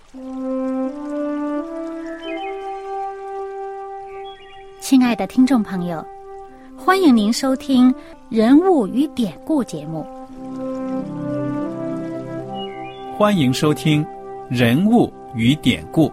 亲爱的听众朋友，欢迎您收听《人物与典故》节目。 欢迎收听《人物与典故》。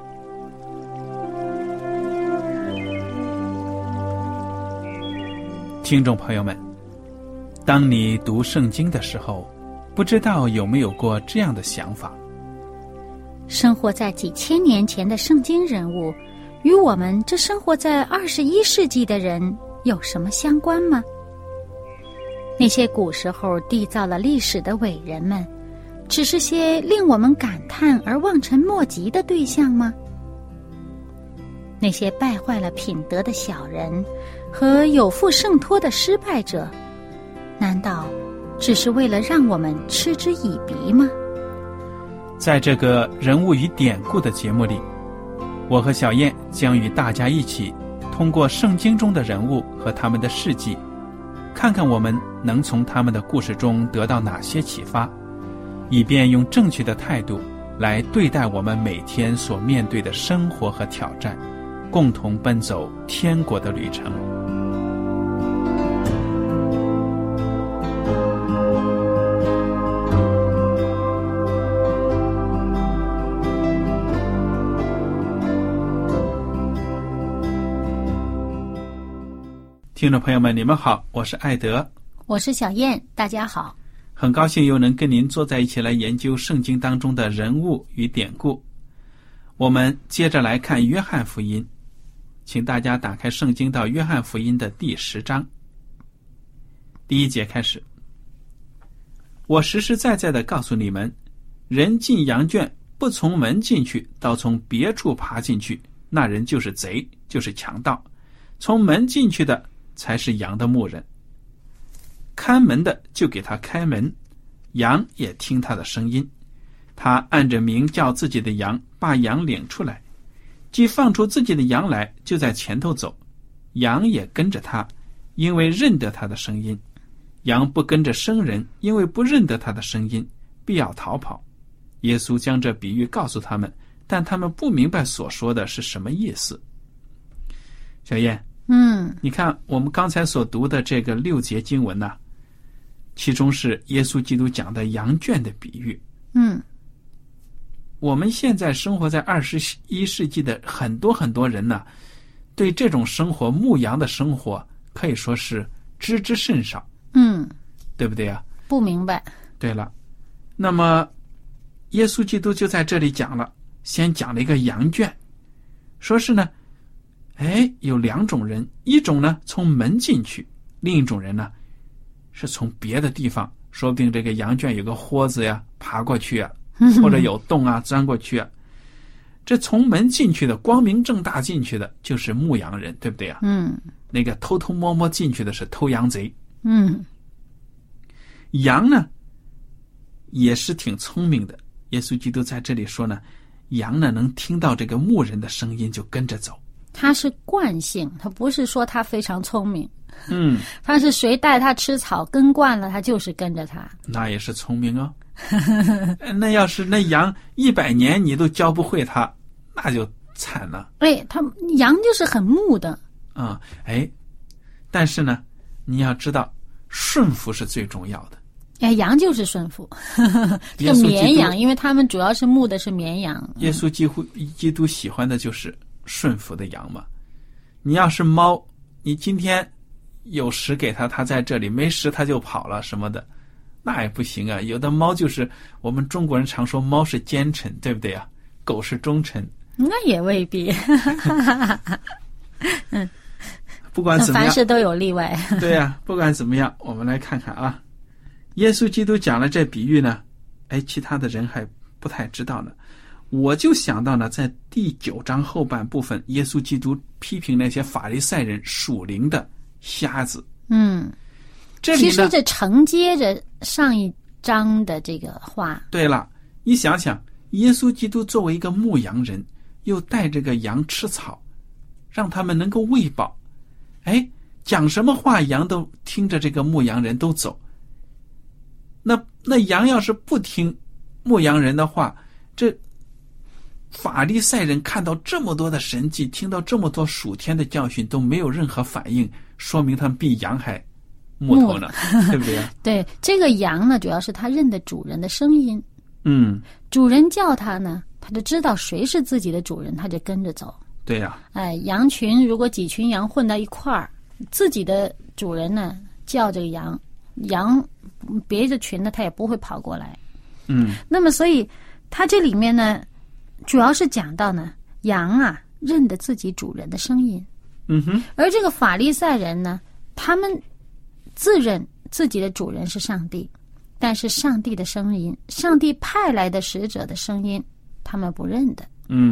听众朋友们，当你读圣经的时候，不知道有没有过这样的想法： 生活在几千年前的圣经人物，与我们这生活在21世纪的人有什么相关吗？那些古时候缔造了历史的伟人们，只是些令我们感叹而望尘莫及的对象吗？那些败坏了品德的小人和有负圣托的失败者，难道只是为了让我们嗤之以鼻吗？ 在这个人物与典故的节目里，我和小燕将与大家一起通过圣经中的人物和他们的事迹，看看我们能从他们的故事中得到哪些启发，以便用正确的态度来对待我们每天所面对的生活和挑战，共同奔走天国的旅程。听众朋友们，你们好，我是艾德， 我是小燕，大家好。 很高兴又能跟您坐在一起来研究圣经当中的人物与典故。我们接着来看约翰福音，请大家打开圣经到约翰福音的第10章第1节开始。我实实在在地告诉你们，人进羊圈不从门进去，倒从别处爬进去，那人就是贼，就是强盗。从门进去的才是羊的牧人，看门的就给他开门，羊也听他的声音。他按着名叫自己的羊，把羊领出来，既放出自己的羊来，就在前头走，羊也跟着他，因为认得他的声音。羊不跟着生人，因为不认得他的声音，必要逃跑。耶稣将这比喻告诉他们，但他们不明白所说的是什么意思。小燕，你看我们刚才所读的这个6节经文呢，其中是耶稣基督讲的羊圈的比喻。我们现在生活在21世纪的很多人呢，对这种生活，牧羊的生活，可以说是知之甚少。对不对啊？ 不明白。 对了，那么耶稣基督就在这里讲了，先讲了一个羊圈，说是呢，有2种人，一种呢从门进去，另一种人呢是从别的地方，说不定这个羊圈有个豁子呀，爬过去啊，或者有洞啊，钻过去啊。这从门进去的，光明正大进去的，就是牧羊人，对不对啊？那个偷偷摸摸进去的是偷羊贼。羊呢也是挺聪明的，耶稣基督在这里说呢，羊呢能听到这个牧人的声音就跟着走。 他是惯性，他不是说他非常聪明。他是谁带他吃草跟惯了，他就是跟着他。那也是聪明哦。那要是那羊100年你都教不会他，那就惨了。 他羊就是很木的。 但是呢，你要知道顺服是最重要的。 羊就是顺服。这个绵羊，因为他们主要是牧的是绵羊。 耶稣基督喜欢的就是顺服的羊嘛。你要是猫，你今天有食给他，他在这里，没食他就跑了什么的，那也不行啊。有的猫就是我们中国人常说猫是奸臣，对不对啊？狗是忠臣。 那也未必。 不管怎么样， 凡事都有例外。 对啊，不管怎么样，我们来看看啊。耶稣基督讲了这比喻呢，其他的人还不太知道呢。我就想到呢，在第9章后半部分，耶稣基督批评那些法利赛人属灵的瞎子。这里呢，其实这承接着上一章的这个话。 对了，你想想，耶稣基督作为一个牧羊人，又带这个羊吃草，让他们能够喂饱。讲什么话羊都听着这个牧羊人都走。那羊要是不听牧羊人的话， 法利赛人看到这么多的神迹，听到这么多属天的教训，都没有任何反应，说明他们比羊还木头呢，对不对啊？ 对，这个羊呢，主要是他认得主人的声音。主人叫他呢，他就知道谁是自己的主人，他就跟着走。 对呀。 羊群如果几群羊混到一块儿，自己的主人呢叫这个羊，羊别的群呢他也不会跑过来。那么所以他这里面呢，主要是讲到呢，羊啊认得自己主人的声音。而这个法利赛人呢，他们自认自己的主人是上帝，但是上帝的声音，上帝派来的使者的声音，他们不认得。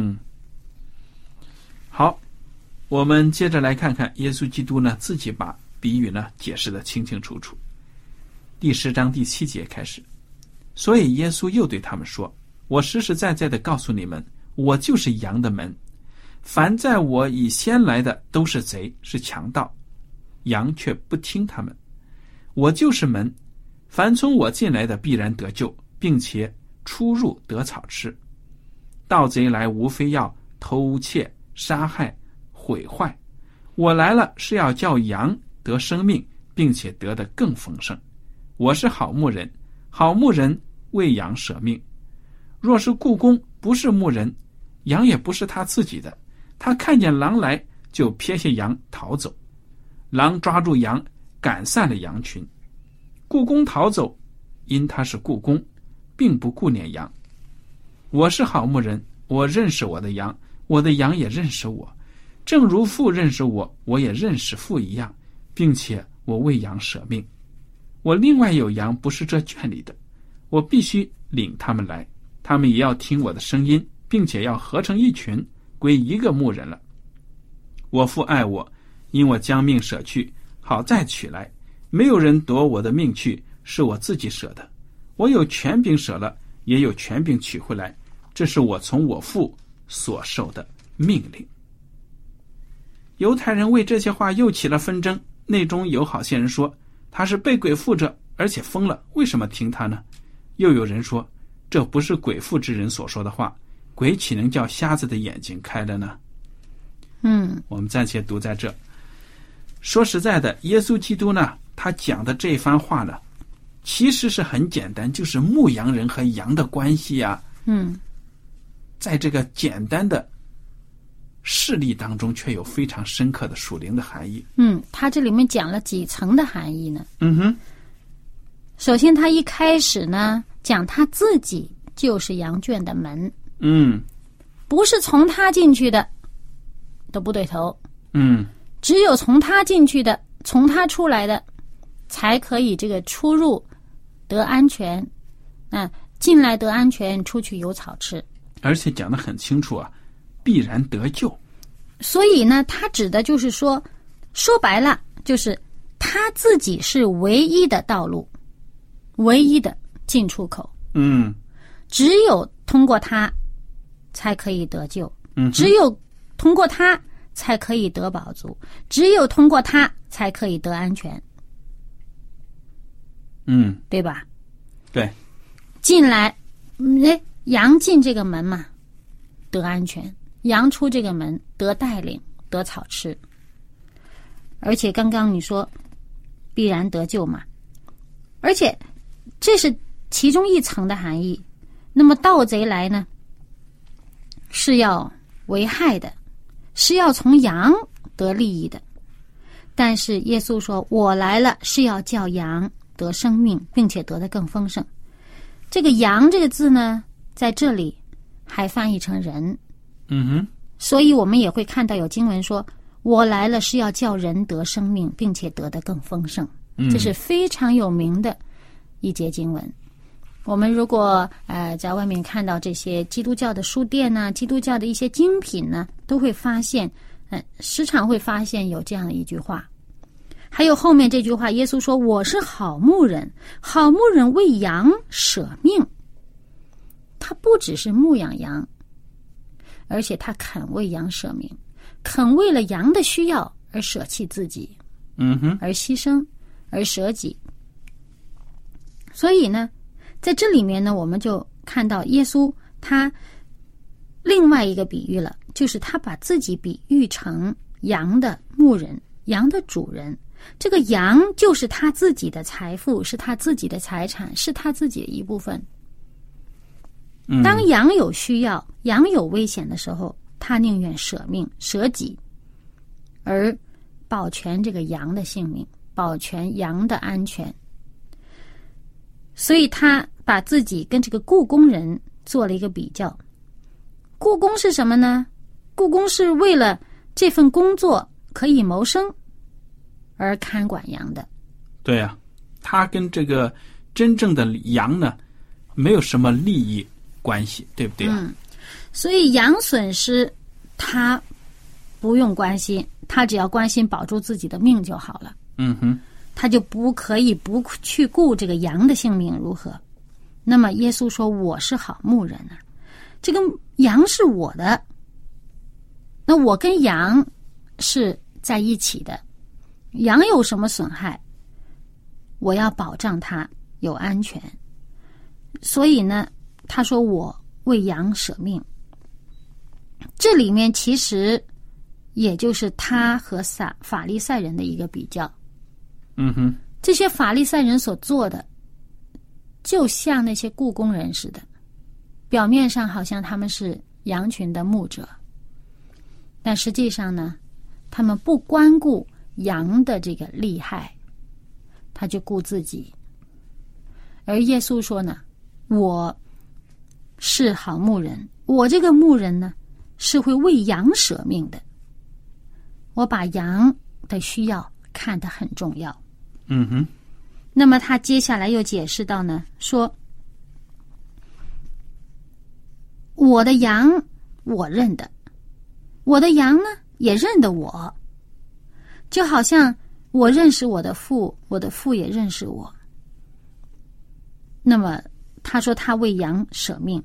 好，我们接着来看看耶稣基督呢自己把比喻呢解释得清清楚楚。第10章第7节开始，所以耶稣又对他们说，我实实在在地告诉你们，我就是羊的门，凡在我以先来的都是贼，是强盗，羊却不听他们。我就是门，凡从我进来的必然得救，并且出入得草吃。盗贼来无非要偷窃、杀害、毁坏，我来了是要叫羊得生命，并且得的更丰盛。我是好牧人，好牧人为羊舍命。若是雇工不是牧人，羊也不是他自己的，他看见狼来就撇下羊逃走，狼抓住羊，赶散了羊群。雇工逃走，因他是雇工，并不顾念羊。我是好牧人，我认识我的羊，我的羊也认识我，正如父认识我，我也认识父一样，并且我为羊舍命。我另外有羊不是这圈里的，我必须领他们来，他们也要听我的声音，并且要合成一群，归一个牧人了。我父爱我，因我将命舍去，好再取来。没有人夺我的命去，是我自己舍的。我有权柄舍了，也有权柄取回来，这是我从我父所受的命令。犹太人为这些话又起了纷争，内中有好些人说，他是被鬼附着，而且疯了，为什么听他呢？又有人说，这不是鬼附之人所说的话，鬼岂能叫瞎子的眼睛开了呢？我们暂且读在这。说实在的，耶稣基督呢，他讲的这番话呢，其实是很简单，就是牧羊人和羊的关系啊。在这个简单的事例当中，却有非常深刻的属灵的含义。 他这里面讲了几层的含义呢？首先他一开始呢，讲他自己就是羊圈的门。不是从他进去的都不对头。只有从他进去的，从他出来的，才可以这个出入得安全。进来得安全，出去有草吃。 而且讲得很清楚啊，必然得救。 所以呢，他指的就是说白了，就是他自己是唯一的道路，唯一的进出口。只有通过他才可以得救。只有通过他才可以得饱足，只有通过他才可以得安全。对吧？ 对。 进来，羊进这个门嘛，得安全；羊出这个门，得带领，得草吃。而且刚刚你说必然得救嘛，而且这是其中一层的含义。那么盗贼来呢，是要危害的，是要从羊得利益的。但是耶稣说，我来了是要叫羊得生命，并且得得更丰盛。这个羊这个字呢，在这里还翻译成人。所以我们也会看到有经文说，我来了是要叫人得生命，并且得得更丰盛。这是非常有名的一节经文。我们如果在外面看到这些基督教的书店呢，基督教的一些精品呢，都会发现时常会发现有这样的一句话。还有后面这句话，耶稣说，我是好牧人，好牧人为羊舍命。他不只是牧养羊，而且他肯为羊舍命，肯为了羊的需要而舍弃自己，而牺牲，而舍己。所以呢，在这里面呢，我们就看到耶稣他另外一个比喻了，就是他把自己比喻成羊的牧人，羊的主人。这个羊就是他自己的财富，是他自己的财产，是他自己的一部分。当羊有需要，羊有危险的时候，他宁愿舍命舍己，而保全这个羊的性命，保全羊的安全。所以他把自己跟这个雇工人做了一个比较。雇工是什么呢？雇工是为了这份工作可以谋生而看管羊的。 对啊，他跟这个真正的羊呢没有什么利益关系，对不对啊？ 所以羊损失他不用关心，他只要关心保住自己的命就好了。他就不可以不去顾这个羊的性命如何。那么耶稣说我是好牧人啊，这个羊是我的，那我跟羊是在一起的，羊有什么损害，我要保障它有安全。所以呢，他说我为羊舍命。这里面其实也就是他和法利赛人的一个比较。这些法利赛人所做的就像那些雇工人似的，表面上好像他们是羊群的牧者，但实际上呢，他们不关顾羊的这个利害，他就顾自己。而耶稣说呢，我是好牧人，我这个牧人呢是会为羊舍命的，我把羊的需要看得很重要。那么他接下来又解释到呢，说我的羊我认得，我的羊呢也认得我，就好像我认识我的父，我的父也认识我。那么他说他为羊舍命，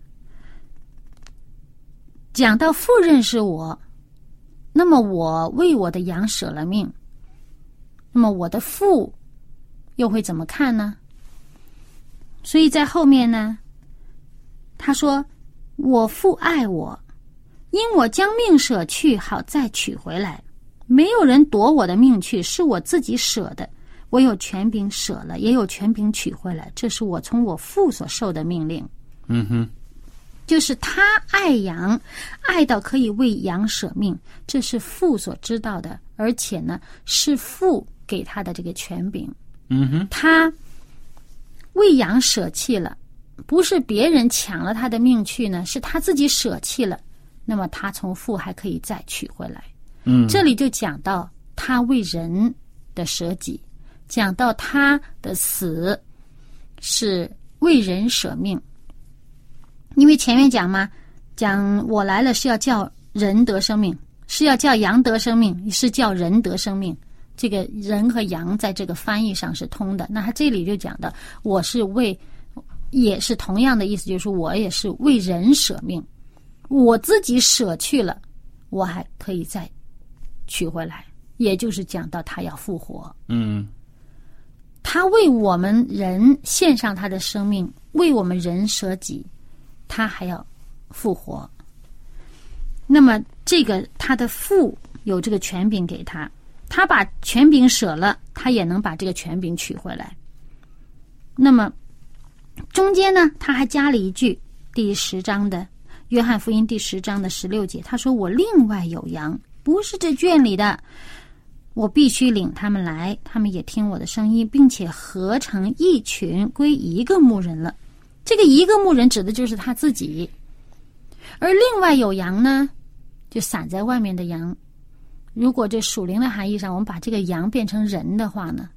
讲到父认识我，那么我为我的羊舍了命，那么我的父又会怎么看呢？所以在后面呢，他说我父爱我，因我将命舍去，好再取回来。没有人夺我的命去，是我自己舍的。我有权柄舍了，也有权柄取回来，这是我从我父所受的命令。就是他爱羊，爱到可以为羊舍命，这是父所知道的，而且呢，是父给他的这个权柄。他为羊舍弃了，不是别人抢了他的命去呢，是他自己舍弃了，那么他从父还可以再取回来。这里就讲到他为人的舍己，讲到他的死是为人舍命。因为前面讲嘛，讲我来了是要叫人得生命，是要叫羊得生命，是叫人得生命。这个人和羊在这个翻译上是通的。那他这里就讲的我是为，也是同样的意思，就是我也是为人舍命，我自己舍去了，我还可以再取回来，也就是讲到他要复活。他为我们人献上他的生命，为我们人舍己，他还要复活。那么这个他的父有这个权柄给他，他把权柄舍了，他也能把这个权柄取回来。那么中间呢，他还加了一句，第10章的约翰福音第10章的16节，他说我另外有羊，不是这圈里的，我必须领他们来，他们也听我的声音，并且合成一群，归一个牧人了。这个一个牧人指的就是他自己，而另外有羊呢，就散在外面的羊。如果这属灵的含义上，我们把这个羊变成人的话呢，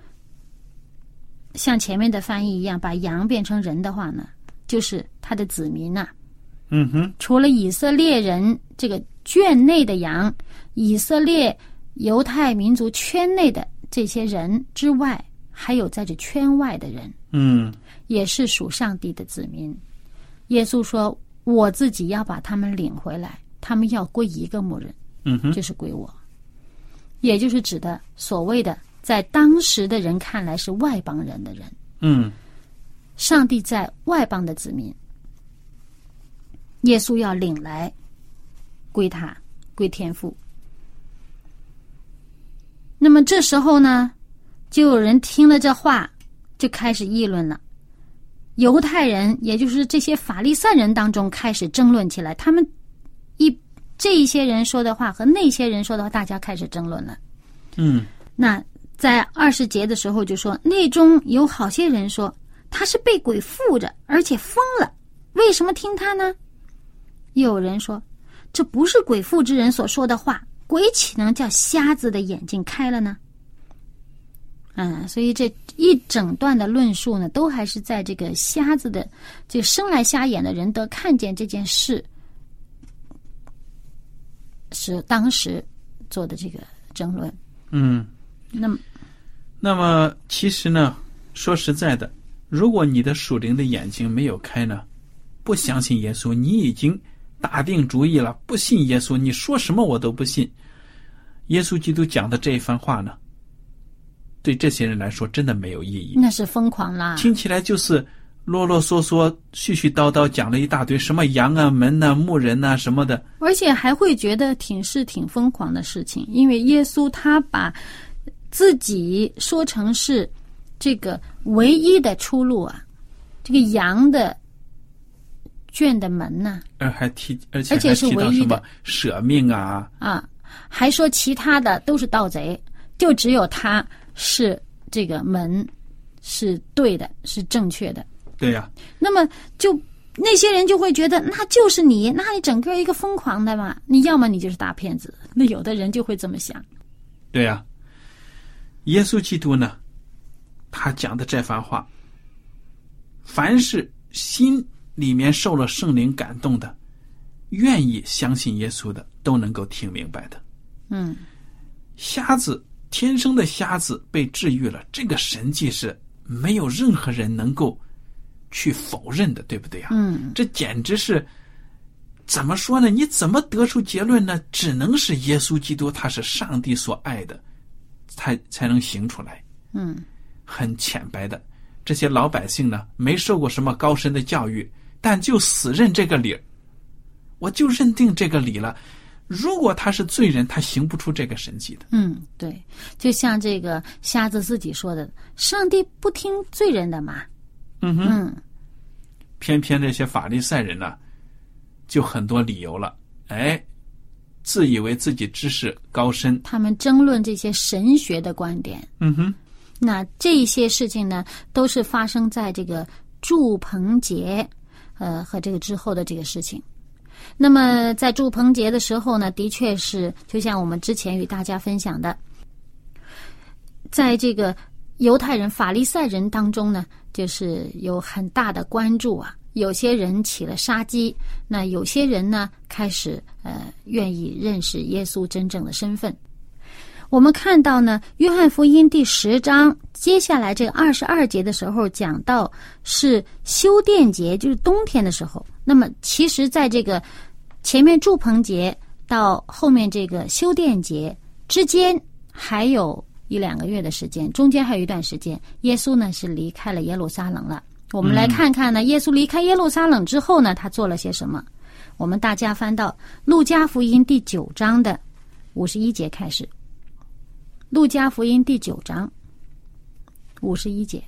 像前面的翻译一样，把羊变成人的话呢，就是他的子民啊。除了以色列人这个圈内的羊，以色列犹太民族圈内的这些人之外，还有在这圈外的人，也是属上帝的子民。耶稣说我自己要把他们领回来，他们要归一个牧人，就是归我，也就是指的所谓的在当时的人看来是外邦人的人。上帝在外邦的子民。 耶稣要领来归他，归天父。那么这时候呢，就有人听了这话，就开始议论了。犹太人，也就是这些法利赛人当中开始争论起来，他们这一些人说的话和那些人说的话，大家开始争论了。那在20节的时候就说，内中有好些人说他是被鬼附着，而且疯了，为什么听他呢？又有人说，这不是鬼附之人所说的话，鬼岂能叫瞎子的眼睛开了呢？所以这一整段的论述呢，都还是在这个瞎子的，这个生来瞎眼的人得看见这件事，是当时做的这个争论。 那么其实呢，说实在的，如果你的属灵的眼睛没有开呢，不相信耶稣，你已经打定主意了，不信耶稣，你说什么我都不信。耶稣基督讲的这一番话呢，对这些人来说真的没有意义， 那是疯狂啦， 听起来就是啰啰嗦嗦絮絮叨叨讲了一大堆什么羊啊门啊牧人啊什么的， 而且还会觉得挺疯狂的事情。因为耶稣他把自己说成是这个唯一的出路啊，这个羊的圈的门呢， 而且是唯一的舍命啊， 还说其他的都是盗贼，就只有他是这个门是对的，是正确的。 对呀， 那么就那些人就会觉得，那就是你，那你整个一个疯狂的嘛，你要么你就是大骗子。那有的人就会这么想。 对呀，耶稣基督呢，他讲的这番话，凡是心里面受了圣灵感动的，愿意相信耶稣的，都能够听明白的。瞎子，天生的瞎子被治愈了，这个神迹是没有任何人能够去否认的，对不对啊？这简直是怎么说呢？你怎么得出结论呢？只能是耶稣基督他是上帝所爱的，才能行出来。很浅白的，这些老百姓呢，没受过什么高深的教育，但就死认这个理，我就认定这个理了。如果他是罪人，他行不出这个神迹的。 对，就像这个瞎子自己说的，上帝不听罪人的嘛。 偏偏这些法利赛人呢，就很多理由了，自以为自己知识高深， 他们争论这些神学的观点。那这些事情呢，都是发生在这个住棚节和这个之后的这个事情。那么在住棚节的时候呢，的确是就像我们之前与大家分享的，在这个犹太人法利赛人当中呢，就是有很大的关注啊，有些人起了杀机，那有些人呢开始愿意认识耶稣真正的身份。我们看到呢，约翰福音第10章接下来这个22节的时候讲到是修殿节，就是冬天的时候。那么其实在这个前面住棚节到后面这个修殿节之间还有1-2个月的时间，中间还有一段时间，耶稣呢是离开了耶路撒冷了。我们来看看呢，耶稣离开耶路撒冷之后呢，他做了些什么。我们大家翻到路加福音第9章的51节开始。路加福音第9章51节，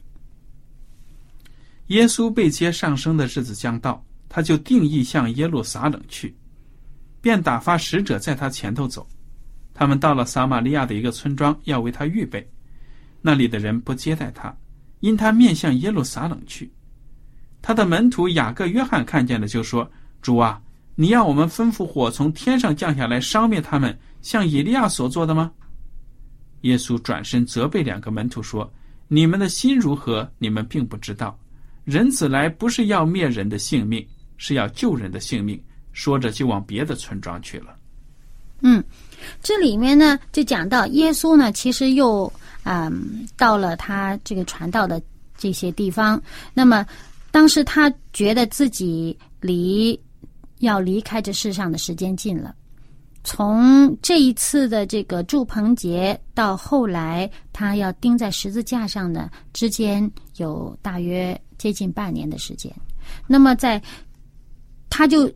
耶稣被接上升的日子将到，他就定义向耶路撒冷去，便打发使者在他前头走。他们到了撒玛利亚的一个村庄，要为他预备。那里的人不接待他，因他面向耶路撒冷去。他的门徒雅各、约翰看见了，就说：主啊，你要我们吩咐火从天上降下来烧灭他们，像以利亚所做的吗？耶稣转身责备2个门徒说：你们的心如何，你们并不知道。人子来不是要灭人的性命，是要救人的性命。说着就往别的村庄去了。 这里面呢就讲到耶稣呢其实又到了他这个传道的这些地方。那么当时他觉得自己要离开这世上的时间近了。从这一次的这个住棚节到后来他要钉在十字架上的之间有大约接近半年的时间。那么他就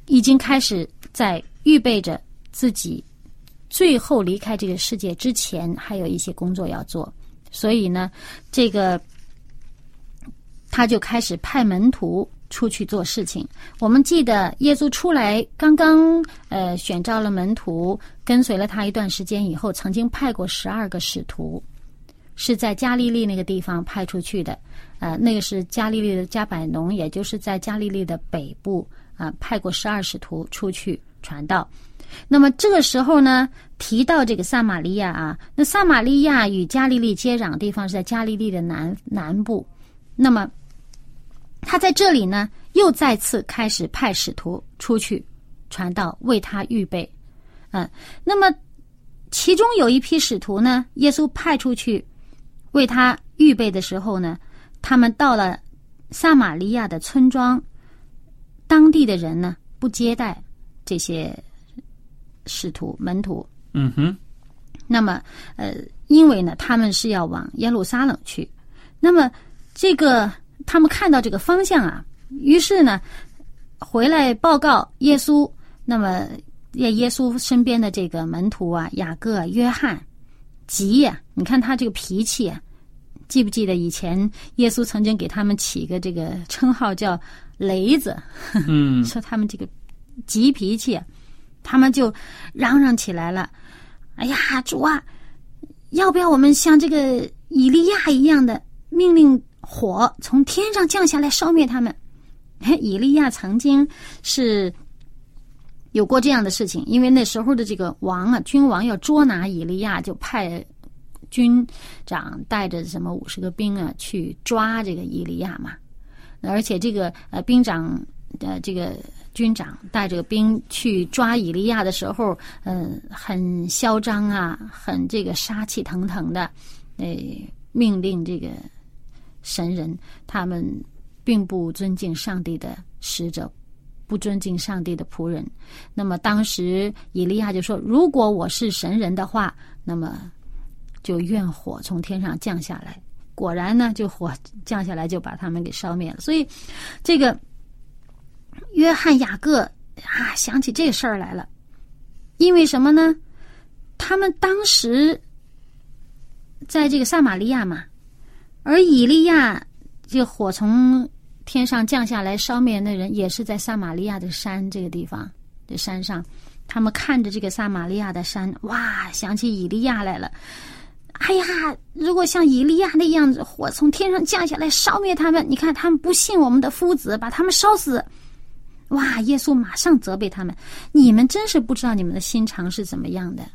已经开始在预备着自己最后离开这个世界之前还有一些工作要做，所以呢，这个他就开始派门徒出去做事情。我们记得耶稣出来刚刚选召了门徒，跟随了他一段时间以后，曾经派过12个使徒，是在加利利那个地方派出去的。那个是加利利的加百农，也就是在加利利的北部派过12使徒出去传道。那么这个时候呢，提到这个撒玛利亚那撒玛利亚与加利利接壤的地方是在加利利的南部。那么他在这里呢，又再次开始派使徒出去传道，为他预备。那么其中有一批使徒呢，耶稣派出去为他预备的时候呢，他们到了撒玛利亚的村庄，当地的人呢不接待这些使徒门徒。那么因为呢他们是要往耶路撒冷去，那么这个他们看到这个方向于是呢回来报告耶稣。那么耶稣身边的这个门徒雅各约翰急你看他这个脾气记不记得以前耶稣曾经给他们起个这个称号叫雷子，说他们这个急脾气，他们就嚷嚷起来了，哎呀，主要不要我们像这个以利亚一样的命令火从天上降下来烧灭他们？以利亚曾经是有过这样的事情，因为那时候的这个君王要捉拿以利亚，就派军长带着什么50个兵去抓这个以利亚嘛。而且这个兵长这个军长带着兵去抓以利亚的时候，很嚣张很这个杀气腾腾的，命令这个神人，他们并不尊敬上帝的使者，不尊敬上帝的仆人。那么当时以利亚就说，如果我是神人的话，那么就愿火从天上降下来。果然呢，就火降下来，就把他们给烧灭了。所以这个约翰雅各想起这事儿来了。因为什么呢？他们当时在这个撒玛利亚嘛，而以利亚这火从天上降下来烧灭的人也是在撒玛利亚的山这个地方的山上。他们看着这个撒玛利亚的山，想起以利亚来了。哎呀，如果像以利亚那样子，火从天上降下来烧灭他们，你看他们不信我们的夫子，把他们烧死。耶稣马上责备他们，你们真是不知道你们的心肠是怎么样的。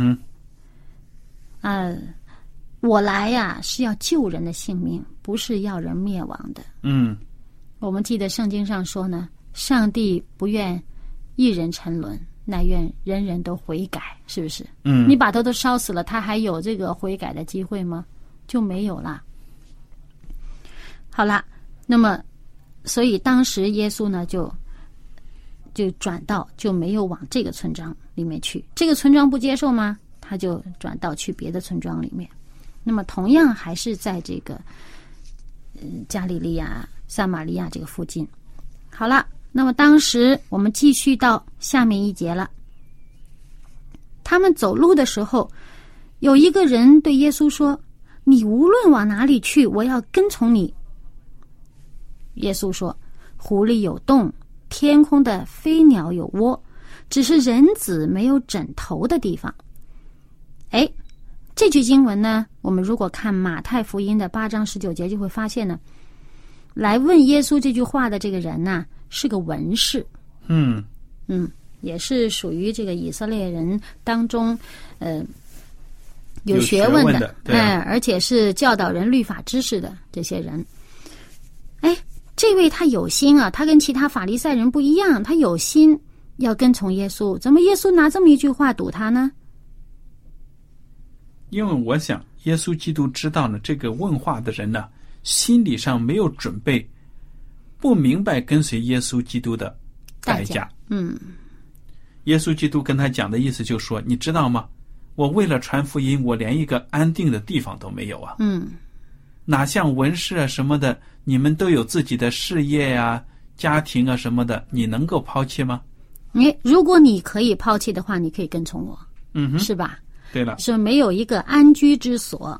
我来是要救人的性命，不是要人灭亡的。我们记得圣经上说呢，上帝不愿一人沉沦，乃愿人人都悔改，是不是？你把他都烧死了，他还有这个悔改的机会吗？就没有了。好了，那么所以当时耶稣呢就转道，就没有往这个村庄里面去。这个村庄不接受吗？他就转道去别的村庄里面。那么同样还是在这个加利利亚撒玛利亚这个附近。好了，那么当时我们继续到下面一节了。他们走路的时候，有一个人对耶稣说，你无论往哪里去，我要跟从你。耶稣说，湖里有洞，天空的飞鸟有窝，只是人子没有枕头的地方。这句经文呢，我们如果看马太福音的8章19节，就会发现呢，来问耶稣这句话的这个人呢，是个文士。也是属于这个以色列人当中有学问的，而且是教导人律法知识的这些人。这位他有心他跟其他法利赛人不一样，他有心要跟从耶稣，怎么耶稣拿这么一句话堵他呢？ 因为我想耶稣基督知道呢，这个问话的人呢，心理上没有准备，不明白跟随耶稣基督的代价。耶稣基督跟他讲的意思就说，你知道吗，我为了传福音，我连一个安定的地方都没有哪像文士什么的，你们都有自己的事业家庭什么的，你能够抛弃吗？ 如果你可以抛弃的话，你可以跟从我，是吧？ 对了， 是没有一个安居之所。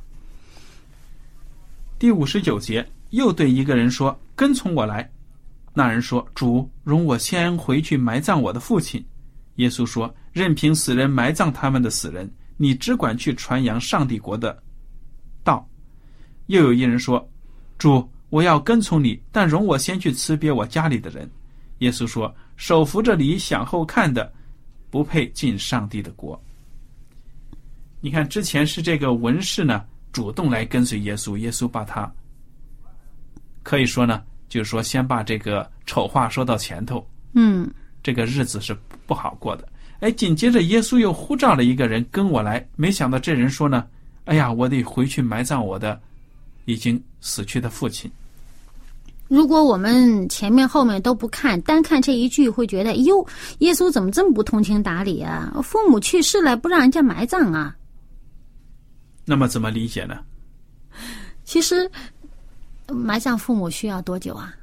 第59节，又对一个人说：“跟从我来。”那人说：“主，容我先回去埋葬我的父亲。”耶稣说：“任凭死人埋葬他们的死人，你只管去传扬上帝国的道。”又有一人说：“主，我要跟从你，但容我先去辞别我家里的人。”耶稣说：“手扶着犁向后看的，不配进上帝的国。”你看，之前是这个文士呢主动来跟随耶稣，耶稣把他可以说呢，就是说先把这个丑话说到前头，这个日子是不好过的。紧接着耶稣又呼召了一个人跟我来，没想到这人说呢，哎呀，我得回去埋葬我的已经死去的父亲。 如果我们前面后面都不看，单看这一句，会觉得哟，耶稣怎么这么不通情达理啊？父母去世了，不让人家埋葬啊？ 那么怎么理解呢？ 其实埋葬父母需要多久啊？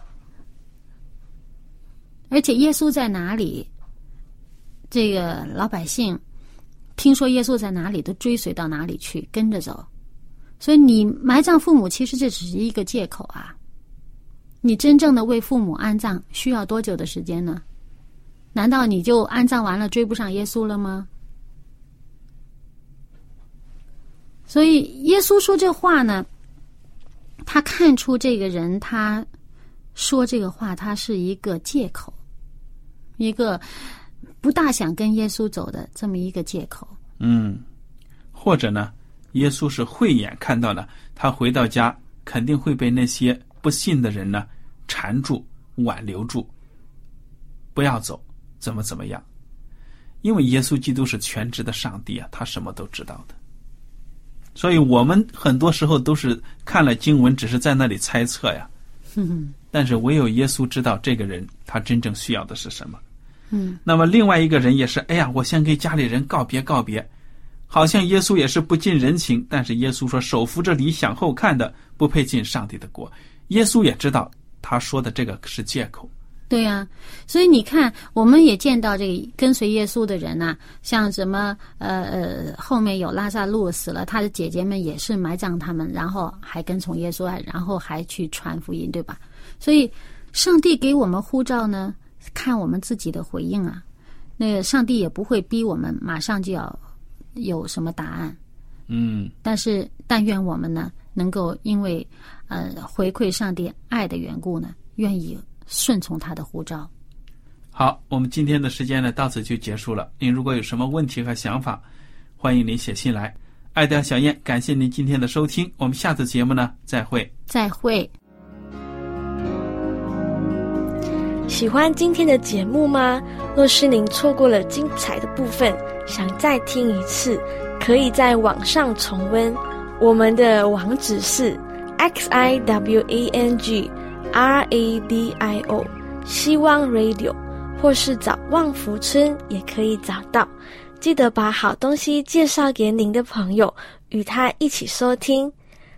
而且耶稣在哪里，这个老百姓听说耶稣在哪里都追随到哪里去，跟着走。所以你埋葬父母，其实这只是一个借口啊。你真正的为父母安葬需要多久的时间呢？难道你就安葬完了追不上耶稣了吗？所以耶稣说这话呢，他看出这个人他说这个话他是一个借口，一个不大想跟耶稣走的这么一个借口。 或者呢，耶稣是慧眼看到了他回到家肯定会被那些不信的人呢缠住挽留住，不要走，怎么样。因为耶稣基督是全知的上帝啊，他什么都知道的。所以我们很多时候都是看了经文只是在那里猜测呀，但是唯有耶稣知道这个人他真正需要的是什么。那么另外一个人也是，哎呀，我先给家里人告别，好像耶稣也是不近人情，但是耶稣说手扶着犁向后看的不配进上帝的国。耶稣也知道他说的这个是借口。 对啊，所以你看我们也见到这个跟随耶稣的人啊，像什么后面有拉撒路死了，他的姐姐们也是埋葬他们，然后还跟从耶稣，然后还去传福音，对吧？所以上帝给我们呼召呢，看我们自己的回应啊。那个上帝也不会逼我们马上就要有什么答案，但愿我们呢能够因为回馈上帝爱的缘故呢，愿意顺从他的呼召。 好，我们今天的时间呢到此就结束了。您如果有什么问题和想法，欢迎您写信来。爱的小燕，感谢您今天的收听，我们下次节目呢再会。 喜欢今天的节目吗？若是您错过了精彩的部分，想再听一次，可以在网上重温。我们的网址是 XIWANGRADIO 希望 Radio， 或是找旺福村也可以找到。记得把好东西介绍给您的朋友，与他一起收听。